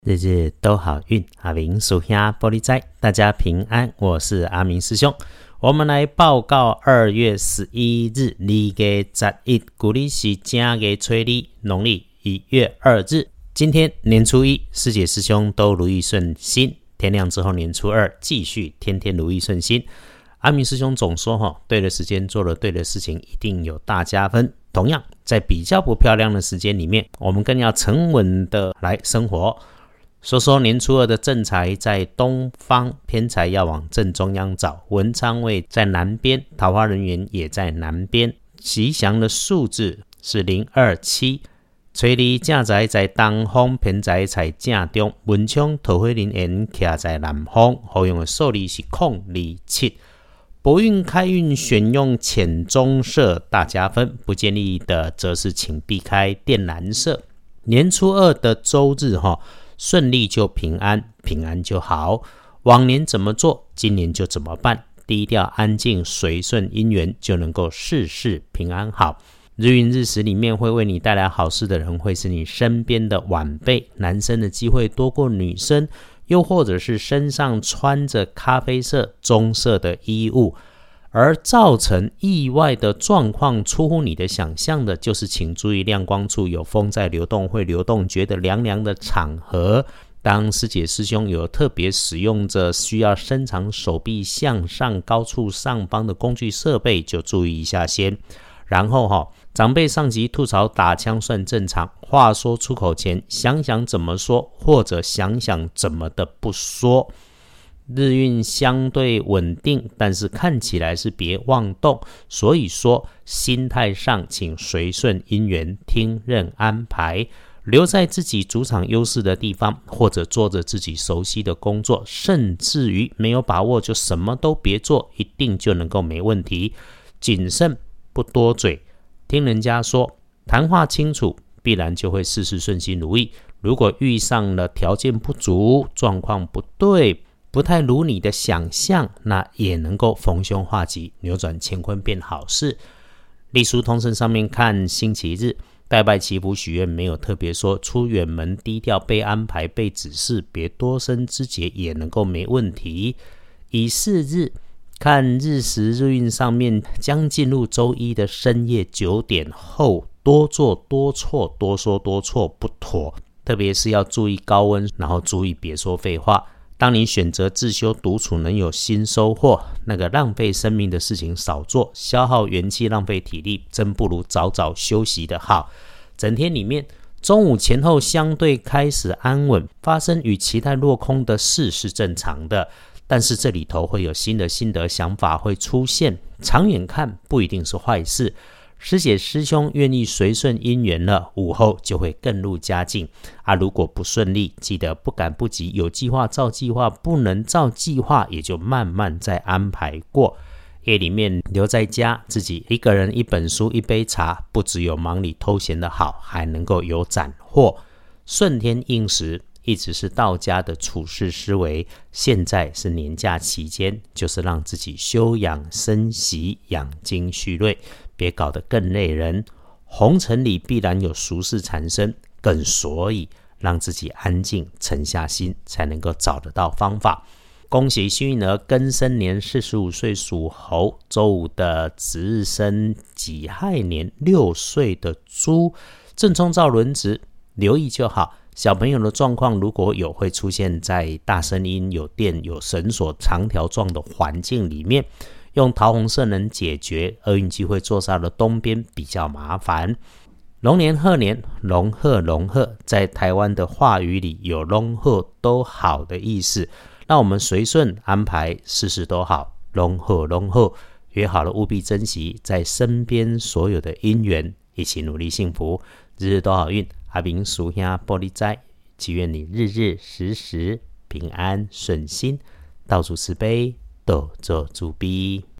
日日都好运，阿明属兄玻璃仔，大家平安，我是阿明师兄。我们来报告2月11日2月11，古历是正月初二，农历1月2日。今天年初一，师姐师兄都如意顺心。天亮之后，年初二继续天天如意顺心。阿明师兄总说对的时间做了对的事情，一定有大加分。同样，在比较不漂亮的时间里面，我们更要沉稳的来生活。说年初二的正财在东方，偏财要往正中央找，文昌位在南边，桃花人缘也在南边。吉祥的数字是027。初二正财在东方，偏财在正中，文昌桃花人缘徛在南方，好用的数字是027。博运开运选用浅棕色大加分，不建议的则是请避开靛蓝色。年初二的周日顺利就平安，平安就好。往年怎么做，今年就怎么办。低调安静，随顺因缘，就能够事事平安好。日运日时里面会为你带来好事的人，会是你身边的晚辈，男生的机会多过女生，又或者是身上穿着咖啡色、棕色的衣物，而造成意外的状况出乎你的想象的，就是请注意亮光处有风在流动，会流动觉得凉凉的场合。当师姐师兄有特别使用着需要伸长手臂向上高处上方的工具设备，就注意一下先。然后长辈上级吐槽打枪算正常，话说出口前想想怎么说，或者想想怎么的不说。日运相对稳定，但是看起来是别妄动，所以说心态上请随顺因缘，听任安排，留在自己主场优势的地方，或者做着自己熟悉的工作，甚至于没有把握就什么都别做，一定就能够没问题。谨慎不多嘴，听人家说，谈话清楚，必然就会事事顺心如意。如果遇上了条件不足，状况不对，不太如你的想象，那也能够逢凶化吉，扭转乾坤变好事。历书通胜上面看星期日，拜拜祈福许愿没有特别说，出远门低调被安排被指示，别多生枝节也能够没问题。以4日看日时日运上面将进入周一的深夜9点后，多做多错，多说多错不妥，特别是要注意高温，然后注意别说废话。当你选择自修独处能有新收获，那个浪费生命的事情少做，消耗元气浪费体力，真不如早早休息的好。整天里面中午前后相对开始安稳，发生与期待落空的事是正常的，但是这里头会有新的心得想法会出现，长远看不一定是坏事。师姐师兄愿意随顺因缘了，午后就会更入佳境如果不顺利，记得不赶不急，有计划照计划，不能照计划也就慢慢再安排过。夜里面留在家，自己一个人一本书一杯茶，不只有忙里偷闲的好，还能够有斩获。顺天应时一直是道家的处世思维，现在是年假期间，就是让自己休养生息，养精蓄锐，别搞得更累人。红尘里必然有俗事缠身，更所以让自己安静沉下心，才能够找得到方法。恭喜幸运儿庚申年45岁属猴，周五的值日生己亥年6岁的猪，正冲照轮值，留意就好。小朋友的状况如果有，会出现在大声音、有电、有绳索、长条状的环境里面，用桃红色能解决。厄运机会坐煞的东边比较麻烦。龙年鹤年，龙鹤龙鹤，在台湾的话语里有龙鹤都好的意思，让我们随顺安排，事事都好。龙鹤龙鹤，约好了务必珍惜在身边所有的因缘，一起努力幸福，日日都好运。阿明属兄玻璃仔，祈愿你日日时时平安顺心，到处慈悲，多做主逼。